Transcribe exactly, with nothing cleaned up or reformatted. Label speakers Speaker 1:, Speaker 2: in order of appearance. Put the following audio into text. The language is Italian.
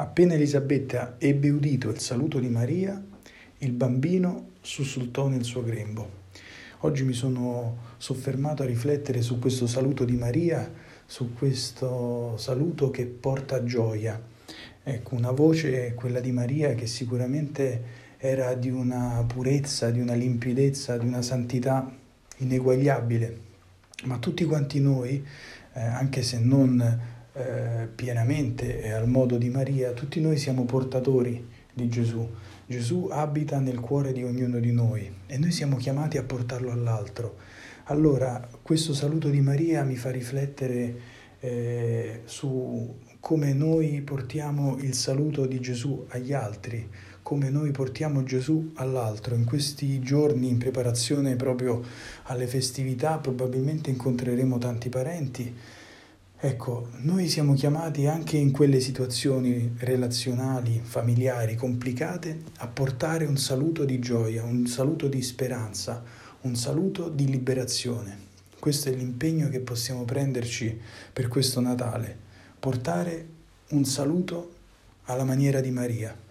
Speaker 1: Appena Elisabetta ebbe udito il saluto di Maria, il bambino sussultò nel suo grembo. Oggi mi sono soffermato a riflettere su questo saluto di Maria, su questo saluto che porta gioia. Ecco, una voce, quella di Maria, che sicuramente era di una purezza, di una limpidezza, di una santità ineguagliabile. Ma tutti quanti noi, eh, anche se non eh, pienamente e al modo di Maria, tutti noi siamo portatori di Gesù. Gesù abita nel cuore di ognuno di noi e noi siamo chiamati a portarlo all'altro. Allora, questo saluto di Maria mi fa riflettere eh, su come noi portiamo il saluto di Gesù agli altri, come noi portiamo Gesù all'altro. In questi giorni, in preparazione proprio alle festività, probabilmente incontreremo tanti parenti. Ecco, noi siamo chiamati anche in quelle situazioni relazionali, familiari, complicate, a portare un saluto di gioia, un saluto di speranza, un saluto di liberazione. Questo è l'impegno che possiamo prenderci per questo Natale, portare un saluto alla maniera di Maria.